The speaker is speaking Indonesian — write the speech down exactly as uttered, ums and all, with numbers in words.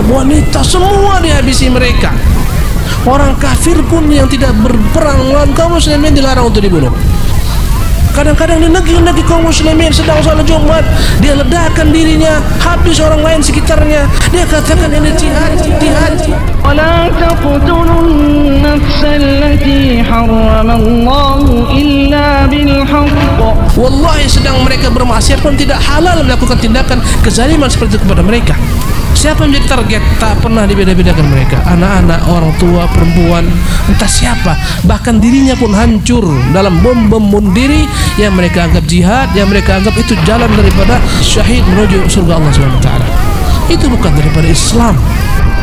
wanita, semua dihabisi mereka. Orang kafir pun yang tidak berperang melawan kaum muslimin dilarang untuk dibunuh. Kadang-kadang di negeri-negeri kaum muslimin sedang salat Jumat, dia ledakan dirinya, habis orang lain sekitarnya. Dia katakan ini jihad, jihad. ولا تقتلوا النفس التي حرم الله إلا بالحق. Wallahi sedang mereka bermaksiat pun tidak halal melakukan tindakan kezaliman seperti itu kepada mereka. Siapa yang menjadi target? Tak pernah dibeda-bedakan mereka. Anak-anak, orang tua, perempuan, entah siapa. Bahkan dirinya pun hancur dalam bom-bom bunuh diri yang mereka anggap jihad, yang mereka anggap itu jalan daripada syahid menuju surga Allah subhanahu wa taala. Itu bukan daripada Islam.